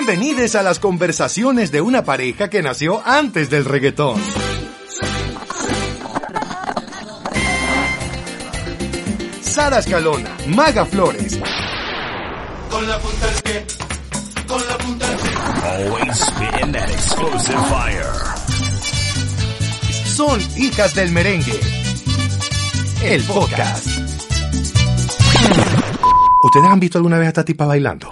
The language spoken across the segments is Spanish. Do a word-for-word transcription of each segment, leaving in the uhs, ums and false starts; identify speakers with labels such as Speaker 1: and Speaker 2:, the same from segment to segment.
Speaker 1: Bienvenidos a las conversaciones de una pareja que nació antes del reggaetón. Sara Escalona, Maga Flores.
Speaker 2: Con la punta del pie, con la punta del pie.
Speaker 3: Always spitting that explosive fire.
Speaker 1: Son hijas del merengue. El podcast. ¿Ustedes han visto alguna vez a esta tipa bailando?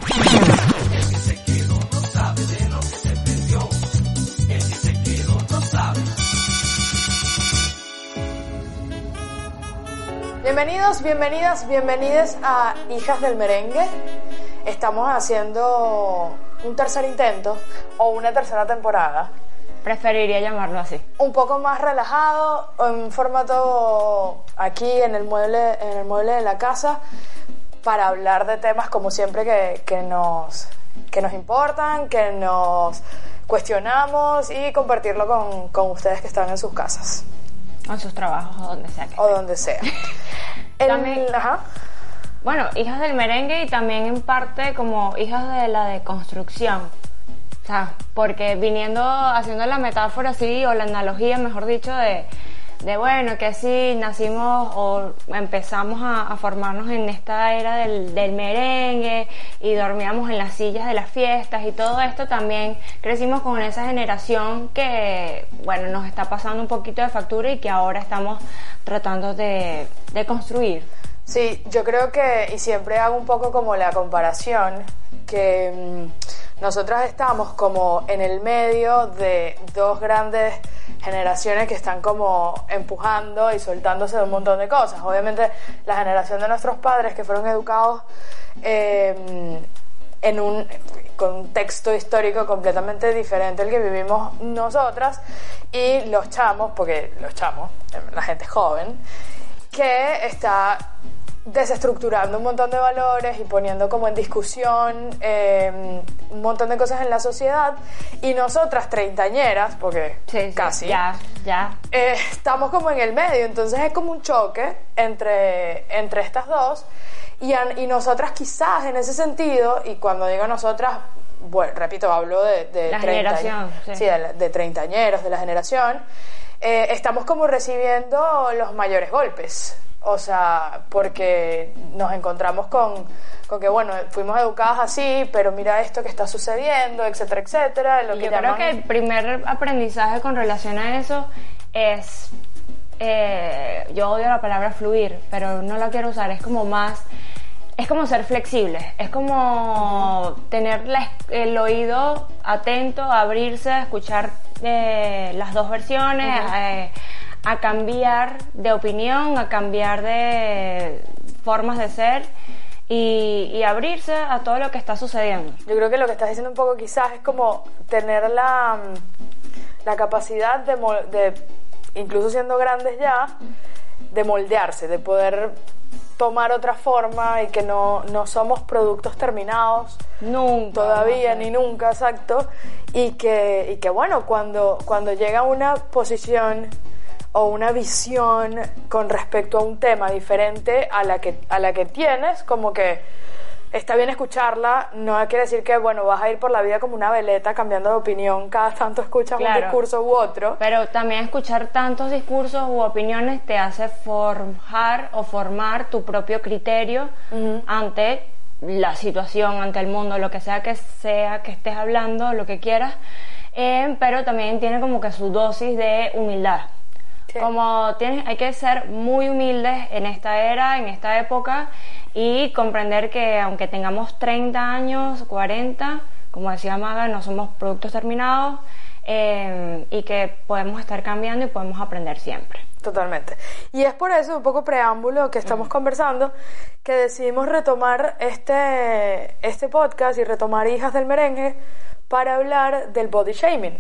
Speaker 4: Bienvenidos, bienvenidas, bienvenides a Hijas del Merengue. Estamos haciendo un tercer intento o una tercera temporada.
Speaker 5: Preferiría llamarlo así.
Speaker 4: Un poco más relajado, en formato aquí en el mueble, en el mueble de la casa, para hablar de temas como siempre que, que nos que nos importan, que nos cuestionamos y compartirlo con, con ustedes que están en sus casas.
Speaker 5: O en sus trabajos, o donde sea. Que
Speaker 4: o donde sea. El,
Speaker 5: también,
Speaker 4: ajá.
Speaker 5: Bueno, hijas del merengue y también en parte como hijas de la deconstrucción. O sea, porque viniendo, haciendo la metáfora así, o la analogía, mejor dicho, de, de bueno, que así nacimos o empezamos a, a formarnos en esta era del, del merengue y dormíamos en las sillas de las fiestas y todo esto, también crecimos con esa generación que, bueno, nos está pasando un poquito de factura y que ahora estamos tratando de, de construir.
Speaker 4: Sí, yo creo que, y siempre hago un poco como la comparación, que mmm, nosotras estamos como en el medio de dos grandes generaciones que están como empujando y soltándose de un montón de cosas. Obviamente la generación de nuestros padres, que fueron educados eh, en un contexto histórico completamente diferente al que vivimos nosotras, y los chamos, porque los chamos, la gente joven, que está desestructurando un montón de valores y poniendo como en discusión eh, un montón de cosas en la sociedad, y nosotras treintañeras, porque
Speaker 5: sí, sí,
Speaker 4: casi
Speaker 5: ya, ya.
Speaker 4: Eh, estamos como en el medio, entonces es como un choque entre, entre estas dos, y, y nosotras quizás en ese sentido, y cuando digo nosotras, bueno, repito, hablo de, de
Speaker 5: la
Speaker 4: treinta,
Speaker 5: generación, sí,
Speaker 4: sí, de, de treintañeros, de la generación, eh, estamos como recibiendo los mayores golpes. O sea, porque nos encontramos con, con que, bueno, fuimos educadas así, pero mira esto que está sucediendo, etcétera, etcétera. Lo que
Speaker 5: Yo
Speaker 4: llaman...
Speaker 5: creo que el primer aprendizaje con relación a eso es, eh, yo odio la palabra fluir, pero no la quiero usar, es como más, es como ser flexible, es como uh-huh. tener la, el oído atento, abrirse, a escuchar eh, las dos versiones, uh-huh. eh, a cambiar de opinión, a cambiar de formas de ser y, y abrirse a todo lo que está sucediendo.
Speaker 4: Yo creo que lo que estás diciendo un poco quizás es como tener la, la capacidad de, de, incluso siendo grandes ya, de moldearse, de poder tomar otra forma, y que no, no somos productos terminados
Speaker 5: nunca,
Speaker 4: todavía,
Speaker 5: no sé.
Speaker 4: ni nunca, exacto, y que, y que bueno, cuando, cuando llega una posición o una visión con respecto a un tema diferente a la que a la que tienes, como que está bien escucharla, no quiere decir que, bueno, vas a ir por la vida como una veleta cambiando de opinión cada tanto escuchas claro. un discurso u otro.
Speaker 5: Pero también escuchar tantos discursos u opiniones te hace forjar o formar tu propio criterio uh-huh. ante la situación, ante el mundo, lo que sea que sea que estés hablando, lo que quieras, eh, pero también tiene como que su dosis de humildad. Sí. Como tienes, hay que ser muy humildes en esta era, en esta época, y comprender que aunque tengamos treinta años, cuarenta, como decía Maga, no somos productos terminados, eh, y que podemos estar cambiando y podemos aprender siempre.
Speaker 4: Totalmente. Y es por eso, un poco preámbulo que estamos uh-huh. conversando, que decidimos retomar este, este podcast y retomar Hijas del Merengue para hablar del body shaming.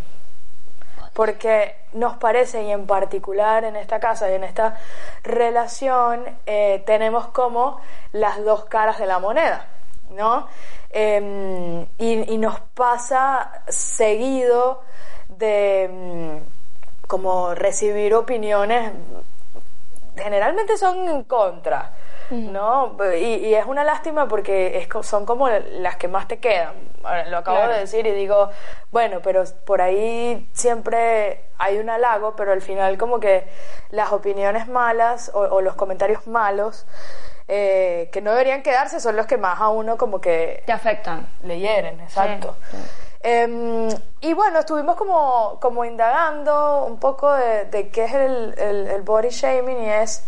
Speaker 4: Porque nos parece, y en particular en esta casa y en esta relación, eh, tenemos como las dos caras de la moneda, ¿no? Eh, y, y nos pasa seguido de como recibir opiniones generalmente son en contra, ¿no? Y, y es una lástima porque es, son como las que más te quedan. Lo acabo claro. de decir y digo, bueno, pero por ahí siempre hay un halago, pero al final como que las opiniones malas o, o los comentarios malos eh, que no deberían quedarse son los que más a uno como que
Speaker 5: te afectan,
Speaker 4: le hieren, exacto.
Speaker 5: Sí, sí.
Speaker 4: Eh, y bueno, estuvimos como, como indagando un poco de, de qué es el, el, el body shaming, y es,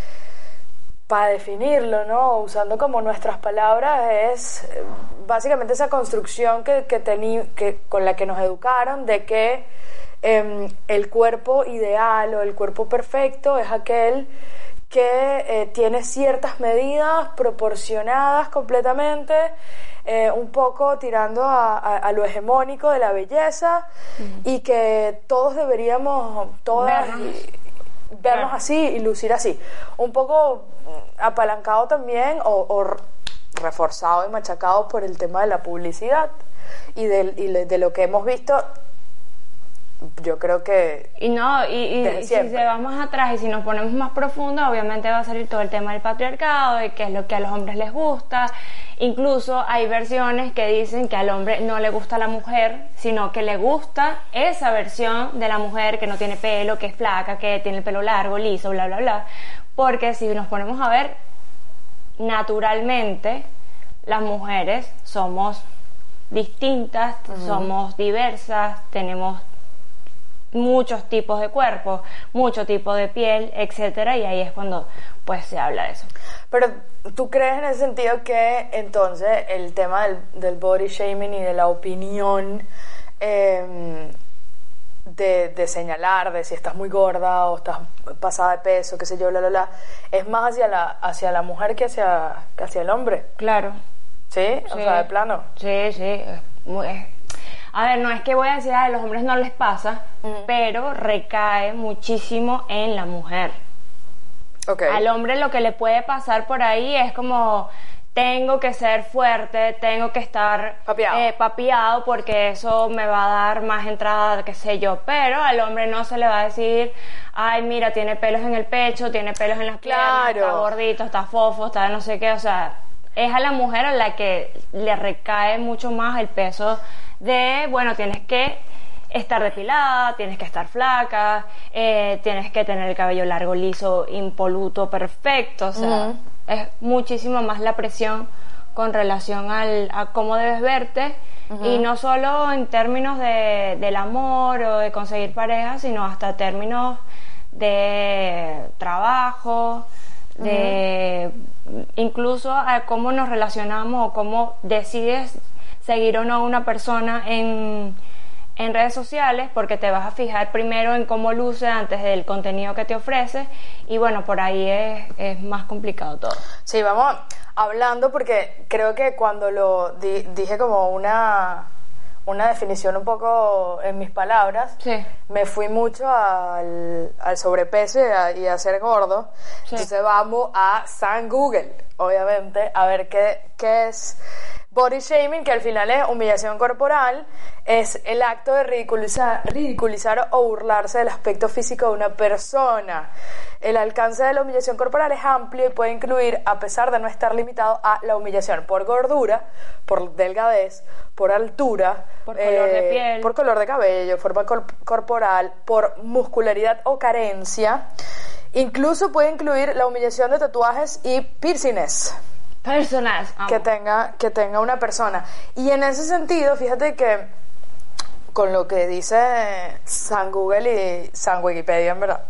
Speaker 4: para definirlo, ¿no? Usando como nuestras palabras, es básicamente esa construcción que, que tení, que, con la que nos educaron de que eh, el cuerpo ideal o el cuerpo perfecto es aquel que eh, tiene ciertas medidas proporcionadas completamente, eh, un poco tirando a, a, a lo hegemónico de la belleza, uh-huh. y que todos deberíamos, todas, vernos, y, vernos claro. así y lucir así. Un poco apalancado también o, o reforzado y machacado por el tema de la publicidad y de, y de lo que hemos visto. Yo creo que
Speaker 5: y no y, y, y si se va más atrás y si nos ponemos más profundo, obviamente va a salir todo el tema del patriarcado y qué es lo que a los hombres les gusta. Incluso hay versiones que dicen que al hombre no le gusta la mujer, sino que le gusta esa versión de la mujer que no tiene pelo, que es flaca, que tiene el pelo largo, liso, bla bla bla. Porque si nos ponemos a ver, naturalmente las mujeres somos distintas, uh-huh. somos diversas, tenemos muchos tipos de cuerpos, mucho tipo de piel, etcétera, y ahí es cuando pues se habla de eso.
Speaker 4: Pero ¿tú crees en ese sentido que entonces el tema del, del body shaming y de la opinión eh, de, de señalar de si estás muy gorda o estás pasada de peso, qué sé yo, bla bla bla, es más hacia la hacia la mujer que hacia, que hacia el hombre?
Speaker 5: Claro.
Speaker 4: ¿Sí?
Speaker 5: Sí.
Speaker 4: O sea, de plano.
Speaker 5: Sí, sí, es muy... Es... A ver, no es que voy a decir a los hombres no les pasa, uh-huh. pero recae muchísimo en la mujer. Okay. Al hombre lo que le puede pasar por ahí es como tengo que ser fuerte, tengo que estar
Speaker 4: papiado,
Speaker 5: eh, papiado porque eso me va a dar más entrada, qué sé yo, pero al hombre no se le va a decir ay mira, tiene pelos en el pecho, tiene pelos en las
Speaker 4: claro.
Speaker 5: piernas, está gordito, está fofo, está no sé qué, o sea, es a la mujer a la que le recae mucho más el peso de, bueno, tienes que estar depilada, tienes que estar flaca, eh, tienes que tener el cabello largo, liso, impoluto, perfecto, o sea, uh-huh. es muchísimo más la presión con relación al, a cómo debes verte, uh-huh. y no solo en términos de, del amor o de conseguir pareja, sino hasta términos de trabajo, de uh-huh. incluso a cómo nos relacionamos o cómo decides seguir o no a una persona en, en redes sociales, porque te vas a fijar primero en cómo luce antes del contenido que te ofrece, y bueno, por ahí es, es más complicado todo.
Speaker 4: Sí, vamos hablando, porque creo que cuando lo di, dije como una, una definición un poco en mis palabras,
Speaker 5: sí.
Speaker 4: me fui mucho al, al sobrepeso y a, y a ser gordo, sí. Entonces vamos a San Google, obviamente, a ver qué, qué es body shaming, que al final es humillación corporal, es el acto de ridiculizar, ridiculizar o burlarse del aspecto físico de una persona. El alcance de la humillación corporal es amplio y puede incluir, a pesar de no estar limitado a la humillación por gordura, por delgadez, por altura,
Speaker 5: por eh, color de piel,
Speaker 4: por color de cabello, forma cor- corporal, por muscularidad o carencia. Incluso puede incluir la humillación de tatuajes y piercings
Speaker 5: personas
Speaker 4: que tenga que tenga una persona. Y en ese sentido, fíjate que con lo que dice San Google y San Wikipedia, en verdad,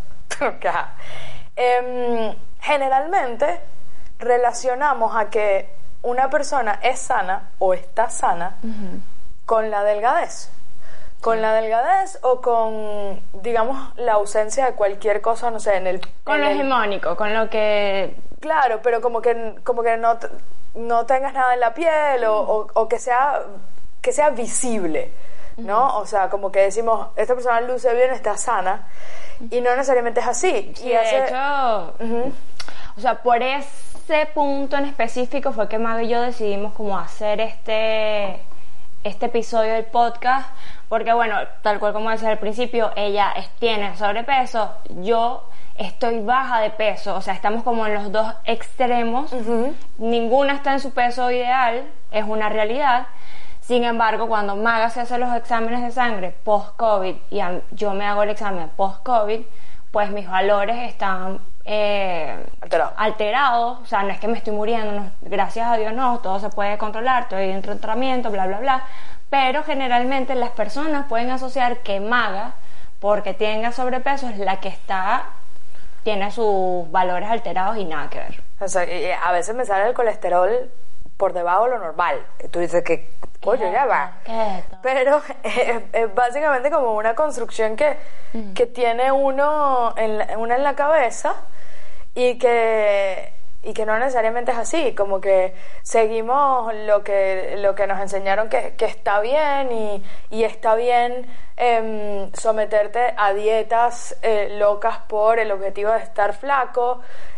Speaker 4: eh, generalmente relacionamos a que una persona es sana o está sana uh-huh. con la delgadez. Con sí. la delgadez o con, digamos, la ausencia de cualquier cosa, no sé, en el...
Speaker 5: Con
Speaker 4: en
Speaker 5: lo
Speaker 4: el,
Speaker 5: hegemónico, con lo que...
Speaker 4: Claro, pero como que como que no, no tengas nada en la piel o, o, o que sea que sea visible, ¿no? Uh-huh. O sea, como que decimos, esta persona luce bien, está sana, y no necesariamente es así.
Speaker 5: Sí,
Speaker 4: y hace...
Speaker 5: de hecho, uh-huh. o sea, por ese punto en específico fue que Maga y yo decidimos como hacer este, este episodio del podcast, porque bueno, tal cual como decía al principio, ella es, tiene sobrepeso, yo... estoy baja de peso, o sea, estamos como en los dos extremos, uh-huh. Ninguna está en su peso ideal, es una realidad. Sin embargo, cuando Maga se hace los exámenes de sangre post-COVID y a, yo me hago el examen post-COVID, pues mis valores están eh,
Speaker 4: Alterado.
Speaker 5: alterados, o sea, no es que me estoy muriendo, no, gracias a Dios no, todo se puede controlar, estoy en tratamiento, bla, bla, bla, pero generalmente las personas pueden asociar que Maga, porque tenga sobrepeso, es la que está, tiene sus valores alterados y nada que ver.
Speaker 4: O sea, y a veces me sale el colesterol por debajo de lo normal. Y tú dices que, coño, ya va.
Speaker 5: ¿Qué es esto?
Speaker 4: Pero es, es básicamente como una construcción que, mm. que tiene uno en la, una en la cabeza y que, y que no necesariamente es así. Como que seguimos lo que, lo que nos enseñaron que, que está bien y, y está bien eh, someterte a dietas eh, locas por el objetivo de estar flaco.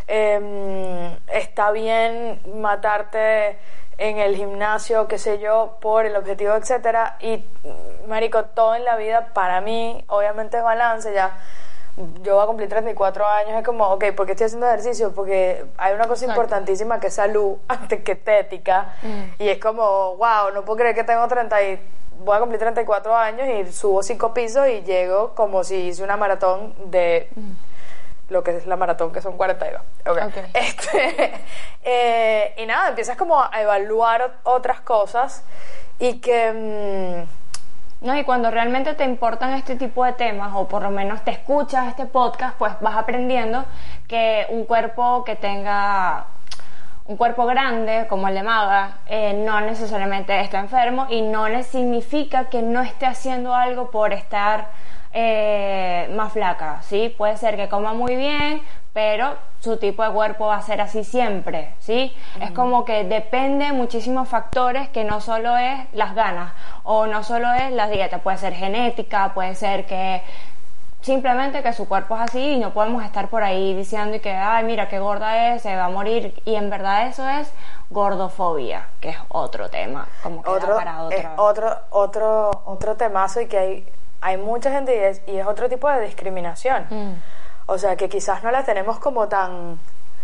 Speaker 4: Eh, está bien matarte en el gimnasio, qué sé yo, por el objetivo, etcétera. Y marico, todo en la vida para mí obviamente es balance. Ya yo voy a cumplir treinta y cuatro años, es como, ok, ¿por qué estoy haciendo ejercicio? Porque hay una cosa Exacto. importantísima que es salud antes que estética. Mm. Y es como, wow, no puedo creer que tengo treinta y voy a cumplir treinta y cuatro años y subo cinco pisos y llego como si hice una maratón de mm. lo que es la maratón, que son cuarenta y dos. Okay. Okay. Este, eh, y nada, empiezas como a evaluar otras cosas y que... Mmm,
Speaker 5: no, y cuando realmente te importan este tipo de temas, o por lo menos te escuchas este podcast, pues vas aprendiendo que un cuerpo que tenga un cuerpo grande, como el de Maga, eh, no necesariamente está enfermo y no le significa que no esté haciendo algo por estar eh, más flaca, ¿sí? Puede ser que coma muy bien, pero su tipo de cuerpo va a ser así siempre, ¿sí? Uh-huh. Es como que depende de muchísimos factores, que no solo es las ganas o no solo es la dieta, puede ser genética, puede ser que simplemente que su cuerpo es así y no podemos estar por ahí diciendo y que, ay, mira qué gorda es, se va a morir, y en verdad eso es gordofobia, que es otro tema, como que
Speaker 4: otro,
Speaker 5: para otra.
Speaker 4: Es otro, otro, otro temazo, y que hay, hay mucha gente y es, y es otro tipo de discriminación. Mm. O sea, que quizás no la tenemos como tan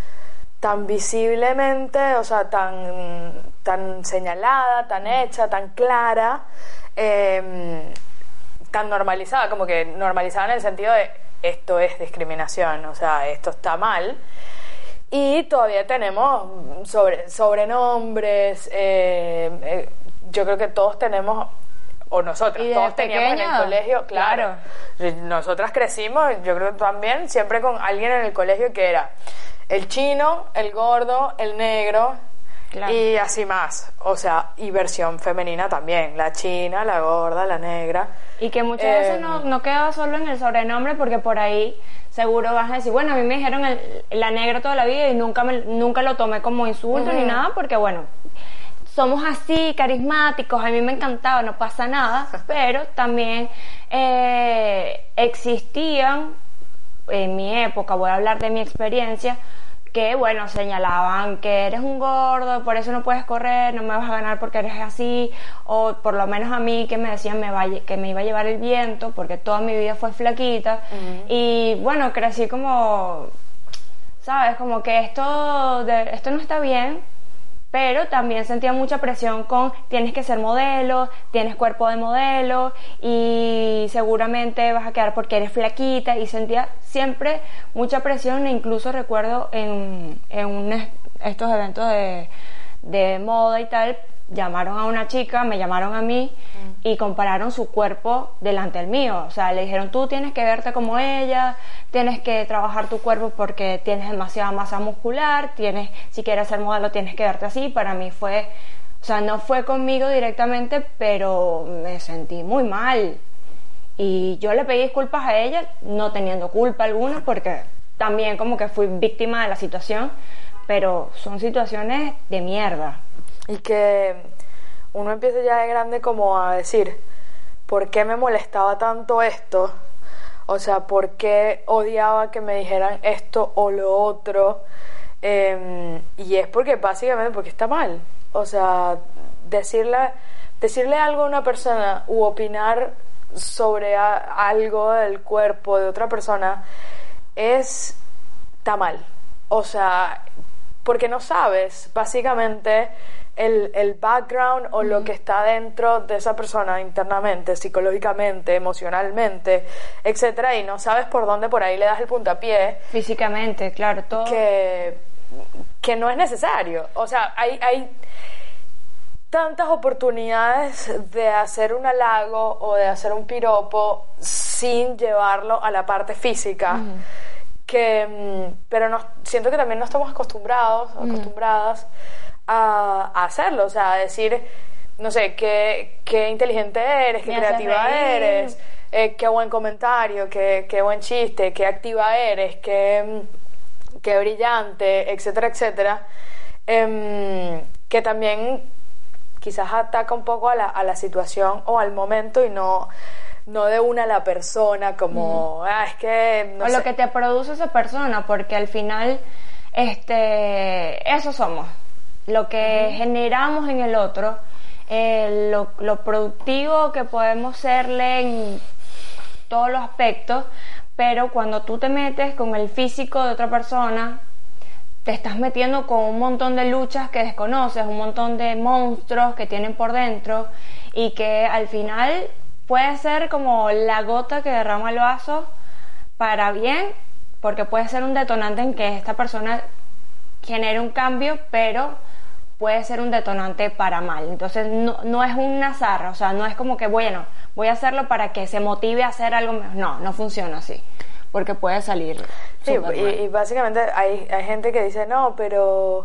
Speaker 4: tan visiblemente, o sea, tan tan señalada, tan hecha, tan clara, eh, tan normalizada, como que normalizada en el sentido de esto es discriminación, o sea, esto está mal. Y todavía tenemos sobre, sobrenombres, eh, eh, yo creo que todos tenemos, o nosotras, todos teníamos pequeño, en el colegio, claro, claro, nosotras crecimos, yo creo que también, siempre con alguien en el colegio que era el chino, el gordo, el negro, claro, y así más, o sea, y versión femenina también, la china, la gorda, la negra.
Speaker 5: Y que muchas eh, veces no, no quedaba solo en el sobrenombre, porque por ahí seguro vas a decir, bueno, a mí me dijeron el, la negra toda la vida y nunca, me, nunca lo tomé como insulto uh-huh. ni nada, porque bueno, somos así, carismáticos, a mí me encantaba, no pasa nada, pero también eh, existían, en mi época, voy a hablar de mi experiencia, que bueno, señalaban que eres un gordo, por eso no puedes correr, no me vas a ganar porque eres así, o por lo menos a mí que me decían me va, que me iba a llevar el viento, porque toda mi vida fue flaquita, uh-huh. y bueno, crecí como, sabes, como que esto, de, esto no está bien, pero también sentía mucha presión con tienes que ser modelo, tienes cuerpo de modelo y seguramente vas a quedar porque eres flaquita, y sentía siempre mucha presión. E incluso recuerdo en, en un, estos eventos de, de moda y tal, llamaron a una chica, me llamaron a mí mm. y compararon su cuerpo delante del mío, o sea, le dijeron tú tienes que verte como ella, tienes que trabajar tu cuerpo porque tienes demasiada masa muscular, tienes, si quieres ser modelo tienes que verte así. Para mí fue, o sea, no fue conmigo directamente, pero me sentí muy mal y yo le pedí disculpas a ella, no teniendo culpa alguna, porque también como que fui víctima de la situación, pero son situaciones de mierda.
Speaker 4: Y que uno empieza ya de grande como a decir, ¿por qué me molestaba tanto esto? O sea, ¿por qué odiaba que me dijeran esto o lo otro? Eh, y es porque básicamente porque está mal. O sea, decirle, decirle algo a una persona u opinar sobre a, algo del cuerpo de otra persona es está mal. O sea, porque no sabes básicamente el, el background o mm. lo que está dentro de esa persona internamente, psicológicamente, emocionalmente, etcétera, y no sabes por dónde por ahí le das el puntapié.
Speaker 5: Físicamente, claro, todo.
Speaker 4: Que, que no es necesario. O sea, hay, hay tantas oportunidades de hacer un halago o de hacer un piropo sin llevarlo a la parte física. Mm. Que, pero no, siento que también no estamos acostumbrados, mm. acostumbradas a, a hacerlo, o sea, a decir, no sé, qué, qué inteligente eres, qué creativa eres, eh, qué buen comentario, qué, qué buen chiste, qué activa eres, qué, qué brillante, etcétera, etcétera, eh, que también quizás ataca un poco a la, a la situación o al momento y no... no de una a la persona como, mm. ah, es que... No
Speaker 5: o
Speaker 4: sé.
Speaker 5: Lo que te produce esa persona, porque al final, este, eso somos. Lo que mm. generamos en el otro, eh, lo, lo productivo que podemos serle en todos los aspectos, pero cuando tú te metes con el físico de otra persona, te estás metiendo con un montón de luchas que desconoces, un montón de monstruos que tienen por dentro y que al final... puede ser como la gota que derrama el vaso para bien, porque puede ser un detonante en que esta persona genere un cambio, pero puede ser un detonante para mal. Entonces no, no es un azar, o sea, no es como que, bueno, voy a hacerlo para que se motive a hacer algo mejor. No, no funciona así, porque puede salir.
Speaker 4: Sí, y, y básicamente hay, hay gente que dice, no, pero...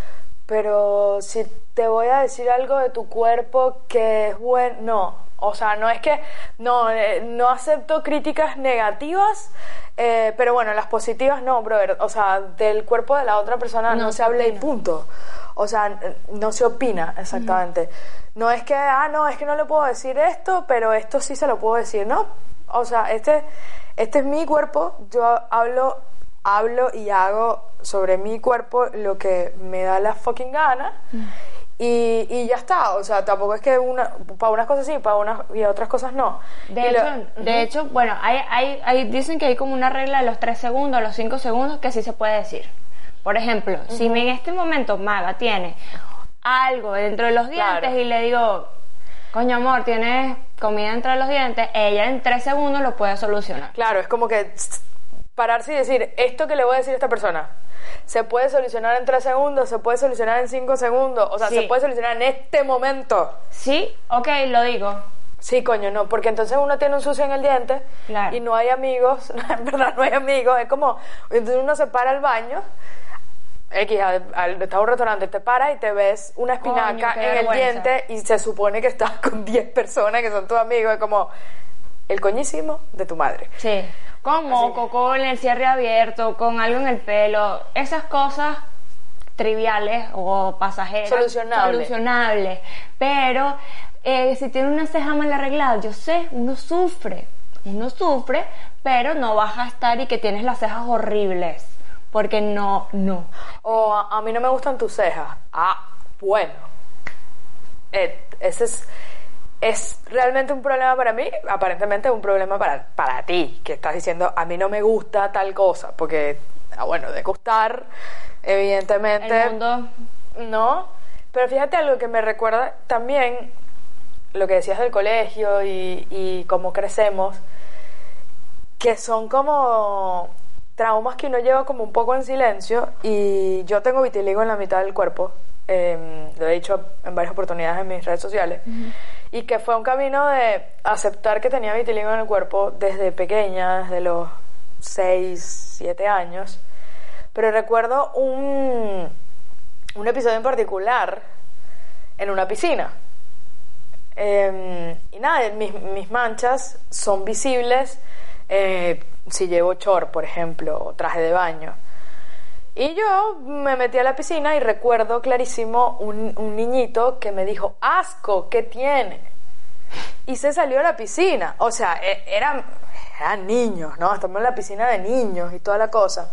Speaker 4: pero si te voy a decir algo de tu cuerpo que es bueno, no. O sea, no es que no, eh, no acepto críticas negativas, eh, pero bueno, las positivas no, brother. O sea, del cuerpo de la otra persona no, no se habla y punto. O sea, no se opina exactamente. Mm. No es que, ah, no, es que no le puedo decir esto, pero esto sí se lo puedo decir, ¿no? O sea, este, este es mi cuerpo, yo hablo, hablo y hago sobre mi cuerpo lo que me da la fucking gana. Mm. Y, y ya está, o sea, tampoco es que una, para unas cosas sí, para unas y otras cosas no.
Speaker 5: De,
Speaker 4: y
Speaker 5: hecho,
Speaker 4: lo,
Speaker 5: de
Speaker 4: uh-huh.
Speaker 5: hecho, bueno, hay, hay, hay, dicen que hay como una regla de los tres segundos, los cinco segundos, que sí se puede decir. Por ejemplo, uh-huh. si en este momento Maga tiene algo dentro de los dientes claro. y le digo, coño amor, tienes comida entre los dientes, ella en tres segundos lo puede solucionar.
Speaker 4: Claro, es como que pararse y decir, esto que le voy a decir a esta persona se puede solucionar en tres segundos, se puede solucionar en cinco segundos, o sea, sí. se puede solucionar en este momento.
Speaker 5: Sí, ok, lo digo.
Speaker 4: Sí, coño, no, porque entonces uno tiene un sucio en el diente claro. y no hay amigos, en verdad no hay amigos, es como, entonces uno se para al baño, X, al, al, estás en un restaurante, te paras y te ves una espinaca coño, en el diente y se supone que estás con diez personas que son tus amigos, es como el coñísimo de tu madre.
Speaker 5: Sí. Con moco, con el cierre abierto, con algo en el pelo, esas cosas triviales o pasajeras.
Speaker 4: Solucionables.
Speaker 5: Solucionables. Pero eh, si tiene una ceja mal arreglada, yo sé, uno sufre, uno sufre, pero no vas a estar y que tienes las cejas horribles, porque no, no.
Speaker 4: O a, a mí no me gustan tus cejas. Ah, bueno. Eh, ese es... ¿Es realmente un problema para mí? Aparentemente es un problema para, para ti, que estás diciendo, a mí no me gusta tal cosa, porque, ah, bueno, de gustar, evidentemente...
Speaker 5: El mundo...
Speaker 4: No, pero fíjate algo que me recuerda también, lo que decías del colegio y, y cómo crecemos, que son como traumas que uno lleva como un poco en silencio, y yo tengo vitiligo en la mitad del cuerpo, eh, lo he dicho en varias oportunidades en mis redes sociales, uh-huh. y que fue un camino de aceptar que tenía vitiligo en el cuerpo desde pequeña, desde los seis, siete años, pero recuerdo un, un episodio en particular en una piscina, eh, y nada, mis, mis manchas son visibles eh, si llevo short, por ejemplo, o traje de baño. Y yo me metí a la piscina y recuerdo clarísimo un, un niñito que me dijo, asco, ¿qué tiene? Y se salió a la piscina. O sea, eran, eran niños, ¿no? Estamos en la piscina de niños y toda la cosa.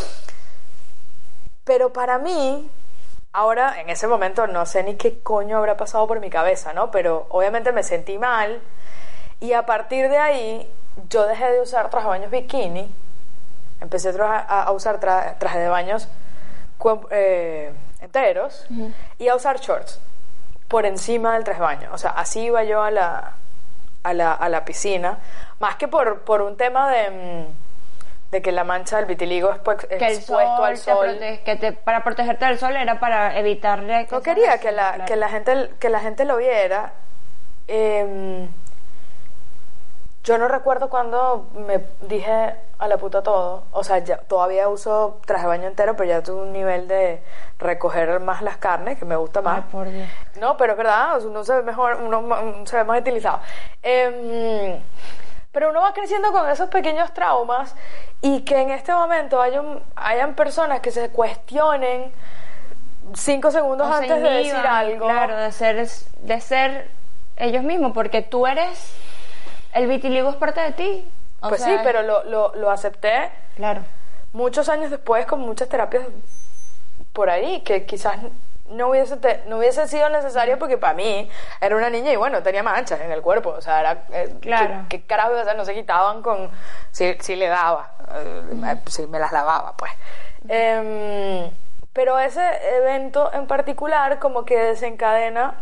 Speaker 4: Pero para mí, ahora en ese momento no sé ni qué coño habrá pasado por mi cabeza, ¿no? Pero obviamente me sentí mal. Y a partir de ahí, yo dejé de usar traje de baños bikini. empecé a, a usar tra, traje de baños eh, enteros uh-huh. y a usar shorts por encima del traje de baño. O sea, así iba yo a la, a la, a la piscina, más que por, por un tema de, de que la mancha del vitiligo es pues,
Speaker 5: que el
Speaker 4: expuesto
Speaker 5: sol
Speaker 4: al sol.
Speaker 5: Te protege, que te, para protegerte del sol era para evitarle...
Speaker 4: Que no quería que la, claro. que, la gente, que la gente lo viera. Eh, yo no recuerdo cuando me dije a la puta todo. O sea, ya, todavía uso traje de baño entero, pero ya tuve un nivel de recoger más las carnes, que me gusta más.
Speaker 5: Ay, por Dios.
Speaker 4: No, pero es verdad, uno se ve mejor, uno se ve más utilizado. Eh, pero uno va creciendo con esos pequeños traumas, y que en este momento hayan, hayan personas que se cuestionen cinco segundos
Speaker 5: o
Speaker 4: antes
Speaker 5: inhiban,
Speaker 4: de decir algo.
Speaker 5: Claro, de ser, de ser ellos mismos, porque tú eres... El vitiligo es parte de ti. O
Speaker 4: pues
Speaker 5: sea,
Speaker 4: sí, pero lo, lo, lo acepté
Speaker 5: claro.
Speaker 4: muchos años después, con muchas terapias por ahí, que quizás no hubiese, te, no hubiese sido necesario, porque para mí era una niña y bueno, tenía manchas en el cuerpo. O sea, era, eh,
Speaker 5: claro.
Speaker 4: ¿qué, qué carajo? O sea, no se quitaban con... Sí, sí le daba, eh, sí me las lavaba, pues. Eh, pero ese evento en particular como que desencadena,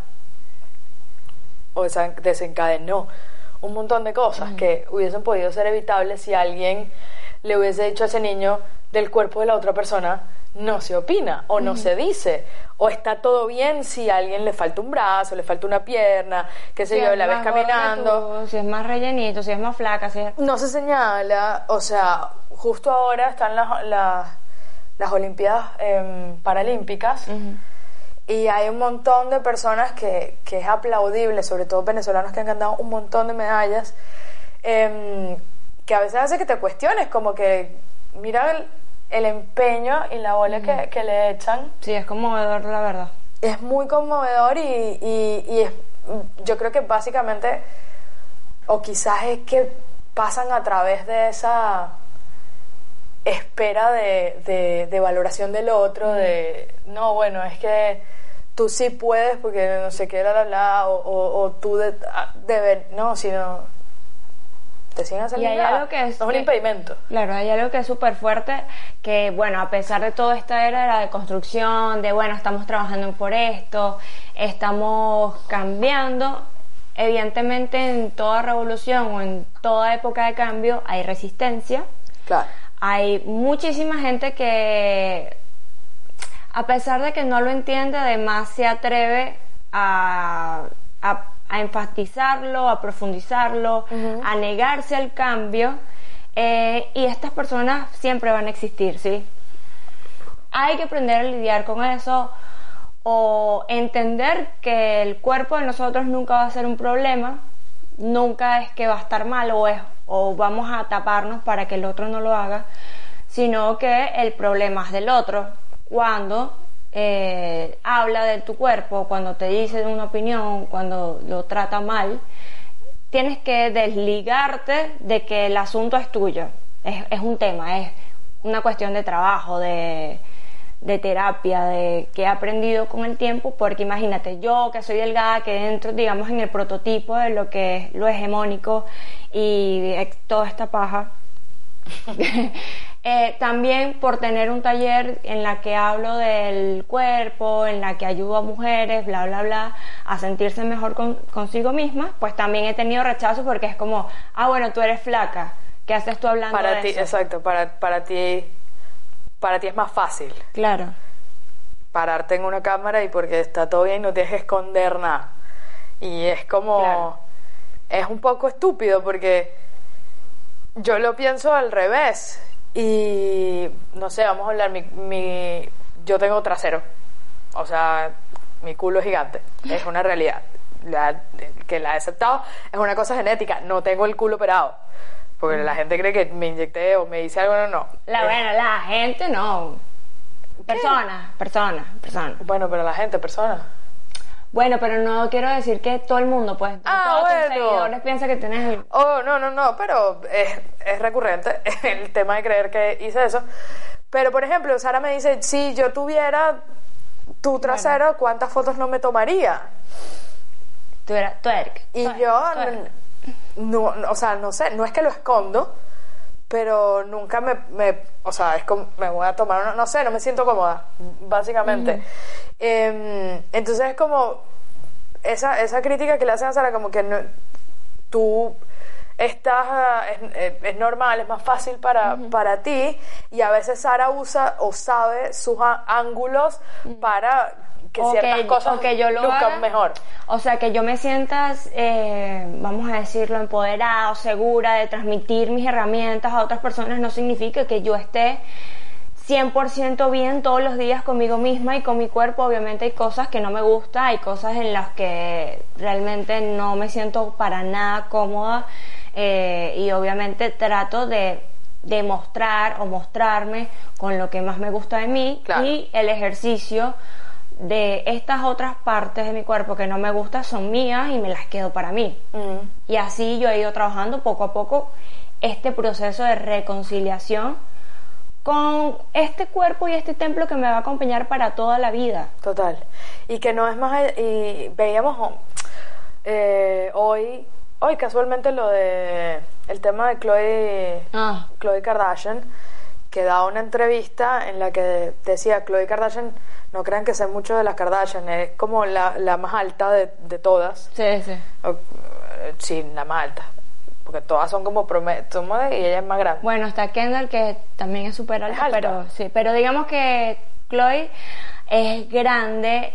Speaker 4: o desencadenó un montón de cosas uh-huh. que hubiesen podido ser evitables si alguien le hubiese dicho a ese niño: del cuerpo de la otra persona no se opina o no uh-huh. se dice, o está todo bien si a alguien le falta un brazo, le falta una pierna, qué sé
Speaker 5: si
Speaker 4: yo, la ves caminando,
Speaker 5: tú, si es más rellenito, si es más flaca, si es...
Speaker 4: no se señala. O sea, justo ahora están las, las, las Olimpiadas eh, Paralímpicas uh-huh. y hay un montón de personas que, que es aplaudible, sobre todo venezolanos que han ganado un montón de medallas, eh, que a veces hace que te cuestiones, como que mira el, el empeño y la bola uh-huh. que, que le echan.
Speaker 5: Sí, es conmovedor, la verdad.
Speaker 4: Es muy conmovedor y, y, y es, yo creo que básicamente, o quizás es que pasan a través de esa espera de, de, de valoración del otro, uh-huh. de no, bueno, es que tú sí puedes porque no sé qué, la, la, la, o, o, o tú de, debe, no, sino te siguen haciendo
Speaker 5: y hay algo que es,
Speaker 4: no es un impedimento.
Speaker 5: Claro, hay algo que es súper fuerte, que bueno, a pesar de toda esta era de la deconstrucción, de bueno, estamos trabajando por esto, estamos cambiando, evidentemente en toda revolución o en toda época de cambio hay resistencia.
Speaker 4: Claro.
Speaker 5: Hay muchísima gente que, a pesar de que no lo entiende, además se atreve a, a, a enfatizarlo, a profundizarlo, uh-huh. a negarse al cambio, eh, y estas personas siempre van a existir, ¿sí? Hay que aprender a lidiar con eso, o entender que el cuerpo de nosotros nunca va a ser un problema, nunca es que va a estar mal o es o vamos a taparnos para que el otro no lo haga, sino que el problema es del otro. Cuando eh, habla de tu cuerpo, cuando te dice una opinión, cuando lo trata mal, tienes que desligarte de que el asunto es tuyo. Es, es un tema, es una cuestión de trabajo, de, de terapia, de que he aprendido con el tiempo, porque imagínate, yo que soy delgada, que entro, digamos, en el prototipo de lo que es lo hegemónico y toda esta paja, eh, también por tener un taller en la que hablo del cuerpo, en la que ayudo a mujeres, bla bla bla, a sentirse mejor con, consigo misma, pues también he tenido rechazo, porque es como, ah bueno, tú eres flaca, ¿qué haces tú hablando
Speaker 4: para
Speaker 5: de
Speaker 4: ti,
Speaker 5: eso?
Speaker 4: Exacto, para, para ti para ti es más fácil,
Speaker 5: claro,
Speaker 4: pararte en una cámara y porque está todo bien no tienes que esconder nada, y es como claro. Es un poco estúpido, porque yo lo pienso al revés. Y no sé, vamos a hablar, mi, mi, yo tengo trasero, o sea, mi culo es gigante, es una realidad, la, que la he aceptado, es una cosa genética, no tengo el culo operado, porque mm. la gente cree que me inyecté o me hice algo, no, no.
Speaker 5: La,
Speaker 4: eh,
Speaker 5: bueno, la gente no, persona, persona, persona.
Speaker 4: Bueno, pero la gente, persona.
Speaker 5: Bueno, pero no quiero decir que todo el mundo, pues,
Speaker 4: ah,
Speaker 5: todos
Speaker 4: bueno.
Speaker 5: tus seguidores piensan que tienes el...
Speaker 4: Oh, no, no, no, pero es, es recurrente el tema de creer que hice eso. Pero, por ejemplo, Sara me dice, si yo tuviera tu trasero, bueno. ¿cuántas fotos no me tomaría?
Speaker 5: Tú eras twerk.
Speaker 4: Y
Speaker 5: twerk,
Speaker 4: yo,
Speaker 5: twerk.
Speaker 4: No, no, o sea, no sé, no es que lo escondo, pero nunca me, me o sea, es como, me voy a tomar una, no sé, no me siento cómoda, básicamente. Uh-huh. Eh, entonces es como, esa, esa crítica que le hacen a Sara, como que no, tú estás, es, es normal, es más fácil para, uh-huh. para ti, y a veces Sara usa o sabe sus a, ángulos uh-huh. para que
Speaker 5: o
Speaker 4: ciertas
Speaker 5: que,
Speaker 4: cosas
Speaker 5: que yo lo
Speaker 4: luzcan
Speaker 5: haga,
Speaker 4: mejor.
Speaker 5: O sea, que yo me sienta, eh, vamos a decirlo, empoderada o segura de transmitir mis herramientas a otras personas, no significa que yo esté cien por ciento bien todos los días conmigo misma y con mi cuerpo. Obviamente hay cosas que no me gustan, hay cosas en las que realmente no me siento para nada cómoda, eh, y obviamente trato de demostrar o mostrarme con lo que más me gusta de mí. Claro. Y el ejercicio de estas otras partes de mi cuerpo que no me gustan son mías y me las quedo para mí. Mm. Y así yo he ido trabajando poco a poco este proceso de reconciliación con este cuerpo y este templo que me va a acompañar para toda la vida.
Speaker 4: Total. Y que no es más... Y veíamos eh, hoy, hoy casualmente lo de el tema de Khloe, ah. Khloe Kardashian, que da una entrevista en la que decía Khloe Kardashian, no crean que sé mucho de las Kardashian, es como la, la más alta de, de todas.
Speaker 5: Sí, sí.
Speaker 4: O, sí, la más alta. Porque todas son como prometo y ella es más grande.
Speaker 5: Bueno, está Kendall, que también es súper alta, alta, pero sí, pero digamos que Khloe es grande,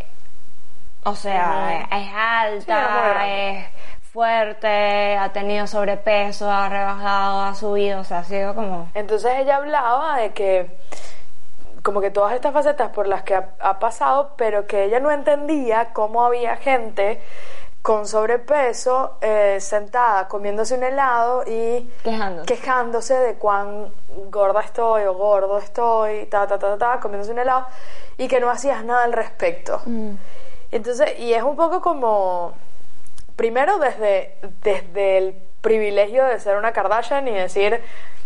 Speaker 5: o sea, uh-huh. es alta, sí, es fuerte, ha tenido sobrepeso, ha rebajado, ha subido, o sea, ha sido como...
Speaker 4: Entonces ella hablaba de que como que todas estas facetas por las que ha, ha pasado, pero que ella no entendía cómo había gente con sobrepeso eh, sentada comiéndose un helado y
Speaker 5: quejándose.
Speaker 4: quejándose de cuán gorda estoy o gordo estoy, ta, ta, ta, ta, ta, comiéndose un helado, y que no hacías nada al respecto. Mm. Entonces, y es un poco como, primero desde, desde el privilegio de ser una Kardashian y decir...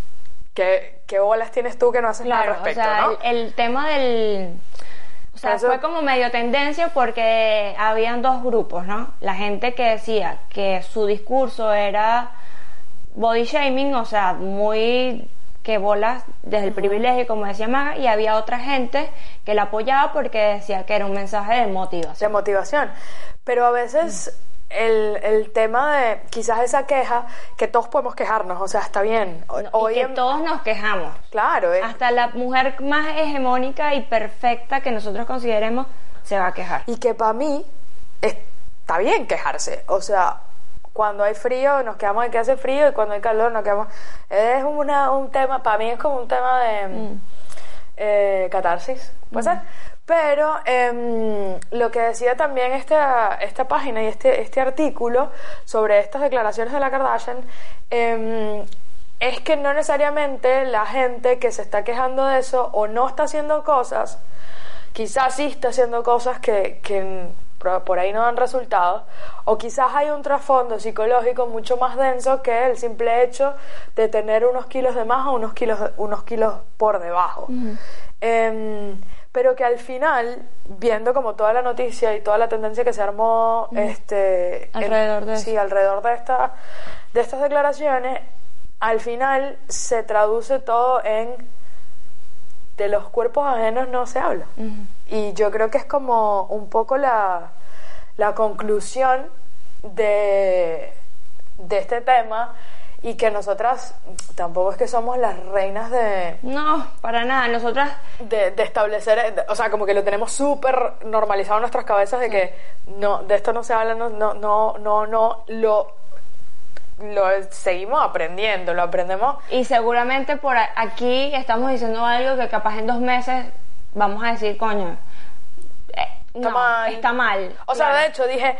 Speaker 4: ¿Qué, ¿Qué bolas tienes tú que no haces
Speaker 5: claro,
Speaker 4: nada al respecto,
Speaker 5: o sea,
Speaker 4: ¿no?
Speaker 5: el, el tema del... O sea, eso... fue como medio tendencia porque habían dos grupos, ¿no? La gente que decía que su discurso era body shaming, o sea, muy... que bolas desde el uh-huh. privilegio, como decía Maga, y había otra gente que la apoyaba porque decía que era un mensaje de motivación.
Speaker 4: De motivación. Pero a veces... Uh-huh. El, el tema de quizás esa queja, que todos podemos quejarnos, o sea, está bien.
Speaker 5: Hoy y que en... todos nos quejamos.
Speaker 4: Claro. Eh.
Speaker 5: Hasta la mujer más hegemónica y perfecta que nosotros consideremos se va a quejar.
Speaker 4: Y que para mí está bien quejarse. O sea, cuando hay frío nos quejamos de que hace frío y cuando hay calor nos quejamos. Es una, un tema, para mí es como un tema de mm. eh, catarsis, ¿puede mm. ser? Pero eh, lo que decía también esta, esta página y este, este artículo sobre estas declaraciones de la Kardashian eh, es que no necesariamente la gente que se está quejando de eso o no está haciendo cosas, quizás sí está haciendo cosas que, que por ahí no dan resultados, o quizás hay un trasfondo psicológico mucho más denso que el simple hecho de tener unos kilos de más o unos kilos, unos kilos por debajo. Uh-huh. eh, pero que al final, viendo como toda la noticia y toda la tendencia que se armó mm. este
Speaker 5: alrededor
Speaker 4: en,
Speaker 5: de
Speaker 4: sí, alrededor de esta de estas declaraciones, al final se traduce todo en de los cuerpos ajenos no se habla. Mm. Y yo creo que es como un poco la la conclusión de de este tema. Y que nosotras tampoco es que somos las reinas de...
Speaker 5: No, para nada, nosotras...
Speaker 4: De, de establecer, de, o sea, como que lo tenemos súper normalizado en nuestras cabezas de sí. que no, de esto no se habla, no, no, no, no, no lo, lo seguimos aprendiendo, lo aprendemos.
Speaker 5: Y seguramente por aquí estamos diciendo algo que capaz en dos meses vamos a decir, coño, eh, no, está mal. Está mal.
Speaker 4: O claro. sea, de hecho dije...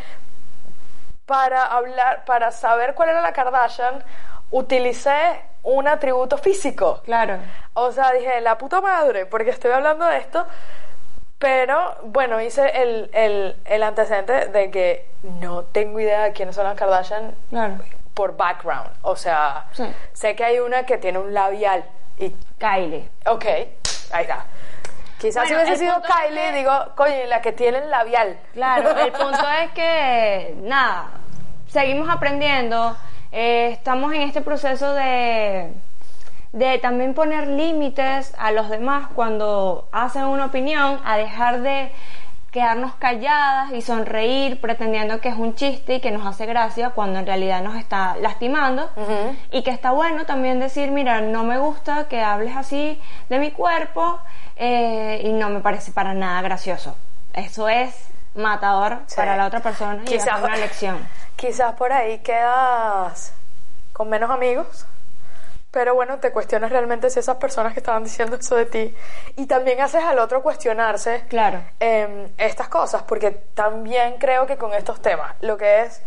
Speaker 4: Para hablar, para saber cuál era la Kardashian, utilicé un atributo físico.
Speaker 5: Claro.
Speaker 4: O sea, dije, la puta madre, porque estoy hablando de esto, pero, bueno, hice el, el, el antecedente de que no tengo idea de quiénes son las Kardashian
Speaker 5: claro.
Speaker 4: por background. O sea,
Speaker 5: sí.
Speaker 4: sé que hay una que tiene un labial. Y
Speaker 5: Kylie.
Speaker 4: Ok, ahí está. Quizás
Speaker 5: bueno,
Speaker 4: si hubiese sido Kylie,
Speaker 5: que...
Speaker 4: digo, coño, la que tiene el labial.
Speaker 5: Claro, el punto es que, nada, seguimos aprendiendo, eh, estamos en este proceso de, de también poner límites a los demás cuando hacen una opinión, a dejar de quedarnos calladas y sonreír pretendiendo que es un chiste y que nos hace gracia cuando en realidad nos está lastimando. Uh-huh. Y que está bueno también decir, mira, no me gusta que hables así de mi cuerpo eh, y no me parece para nada gracioso. Eso es matador, sí, para la otra persona y
Speaker 4: quizás,
Speaker 5: es una lección.
Speaker 4: Quizás por ahí quedas con menos amigos, pero bueno, te cuestionas realmente si esas personas que estaban diciendo eso de ti, y también haces al otro cuestionarse,
Speaker 5: claro,
Speaker 4: eh, estas cosas, porque también creo que con estos temas, lo que es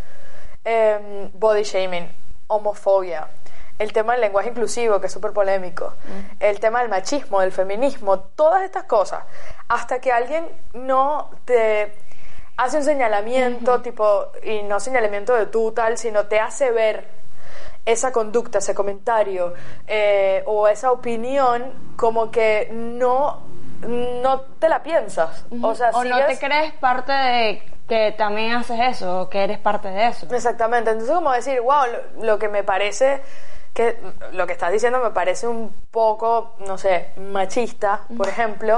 Speaker 4: eh, body shaming, homofobia, el tema del lenguaje inclusivo, que es súper polémico, mm. el tema del machismo, del feminismo, todas estas cosas, hasta que alguien no te hace un señalamiento, uh-huh, tipo, y no señalamiento de tú tal, sino te hace ver esa conducta, ese comentario eh, o esa opinión como que no, no te la piensas.
Speaker 5: Uh-huh.
Speaker 4: O sea,
Speaker 5: o
Speaker 4: sigues...
Speaker 5: no te crees parte de que también haces eso, o que eres parte de eso.
Speaker 4: Exactamente. Entonces, como decir, wow, lo, lo que me parece, que lo que estás diciendo me parece un poco, no sé, machista, uh-huh, por ejemplo,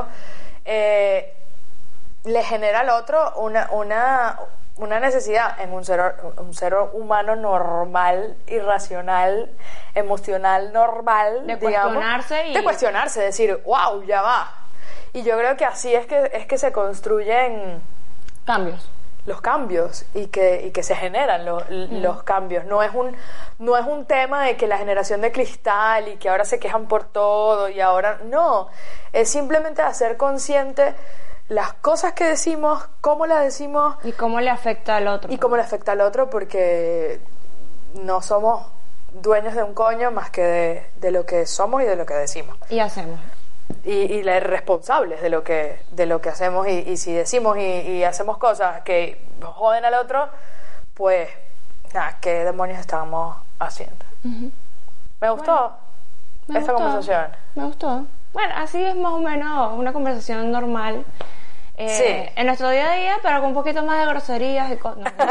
Speaker 4: eh, le genera al otro una... una una necesidad en un ser, un ser humano normal, irracional, emocional, normal,
Speaker 5: de
Speaker 4: digamos,
Speaker 5: cuestionarse y...
Speaker 4: de cuestionarse, decir, wow, ya va. Y yo creo que así es que es que se construyen
Speaker 5: cambios,
Speaker 4: los cambios y que y que se generan los, mm. los cambios. No es un no es un tema de que la generación de cristal y que ahora se quejan por todo y ahora no, es simplemente hacer consciente las cosas que decimos, cómo las decimos
Speaker 5: y cómo le afecta al otro.
Speaker 4: Y cómo le afecta al otro, porque no somos dueños de un coño más que de, de lo que somos y de lo que decimos.
Speaker 5: Y hacemos.
Speaker 4: Y, y les responsables de lo que de lo que hacemos y, y si decimos y, y hacemos cosas que joden al otro, pues nada, ¿qué demonios estamos haciendo? Uh-huh. Me gustó bueno, me esta gustó, conversación.
Speaker 5: Me gustó. Bueno, así es más o menos una conversación normal. Eh, sí. En nuestro día a día, pero con un poquito más de groserías y cosas. No,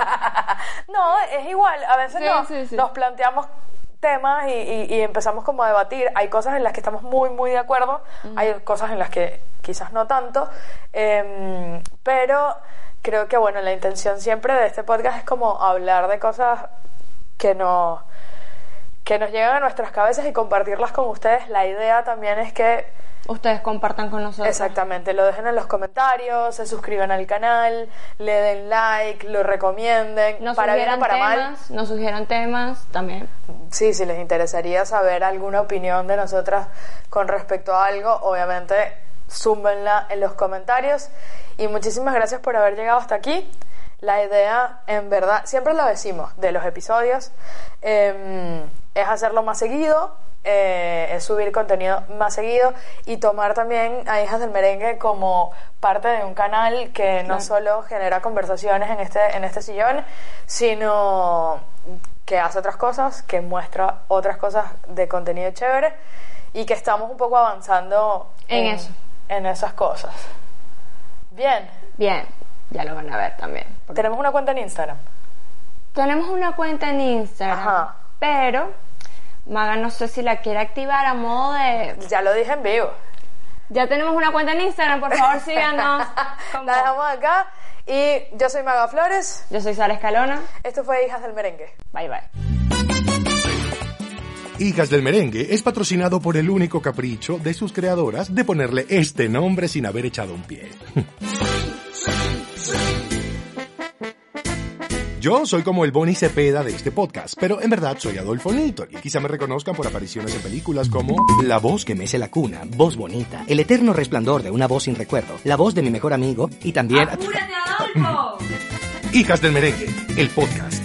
Speaker 4: no, es igual. A veces
Speaker 5: sí,
Speaker 4: nos,
Speaker 5: sí, sí. nos
Speaker 4: planteamos temas y, y, y empezamos como a debatir. Hay cosas en las que estamos muy, muy de acuerdo. Uh-huh. Hay cosas en las que quizás no tanto. Eh, pero creo que, bueno, la intención siempre de este podcast es como hablar de cosas que nos, que nos llegan a nuestras cabezas y compartirlas con ustedes. La idea también es que
Speaker 5: ustedes compartan con nosotros.
Speaker 4: Exactamente, lo dejen en los comentarios, se suscriban al canal, le den like, lo recomienden,
Speaker 5: nos
Speaker 4: para bien o para
Speaker 5: temas,
Speaker 4: mal.
Speaker 5: Nos sugieran temas también.
Speaker 4: Sí, si les interesaría saber alguna opinión de nosotras con respecto a algo, obviamente zúmbenla en los comentarios. Y muchísimas gracias por haber llegado hasta aquí. La idea, en verdad, siempre lo decimos de los episodios, eh, es hacerlo más seguido. Eh, es subir contenido más seguido y tomar también a Hijas del Merengue como parte de un canal que no claro. solo genera conversaciones en este, en este sillón, sino que hace otras cosas, que muestra otras cosas de contenido chévere y que estamos un poco avanzando
Speaker 5: en,
Speaker 4: en
Speaker 5: eso,
Speaker 4: en esas cosas. Bien.
Speaker 5: Bien, ya lo van a ver también.
Speaker 4: Porque... Tenemos una cuenta en Instagram.
Speaker 5: Tenemos una cuenta en Instagram, Ajá. pero... Maga, no sé si la quiere activar a modo de...
Speaker 4: Ya lo dije en vivo.
Speaker 5: Ya tenemos una cuenta en Instagram, por favor síganos.
Speaker 4: ¿Cómo? La dejamos acá. Y yo soy Maga Flores.
Speaker 5: Yo soy Sara Escalona.
Speaker 4: Esto fue Hijas del Merengue.
Speaker 5: Bye, bye.
Speaker 1: Hijas del Merengue es patrocinado por el único capricho de sus creadoras de ponerle este nombre sin haber echado un pie. Yo soy como el Bonnie Cepeda de este podcast, pero en verdad soy Adolfo Nito y quizá me reconozcan por apariciones en películas como La voz que mece la cuna, Voz bonita, El eterno resplandor de una voz sin recuerdo, La voz de mi mejor amigo y también...
Speaker 5: ¡Apúrate, Adolfo!
Speaker 1: Hijas del Merengue, el podcast.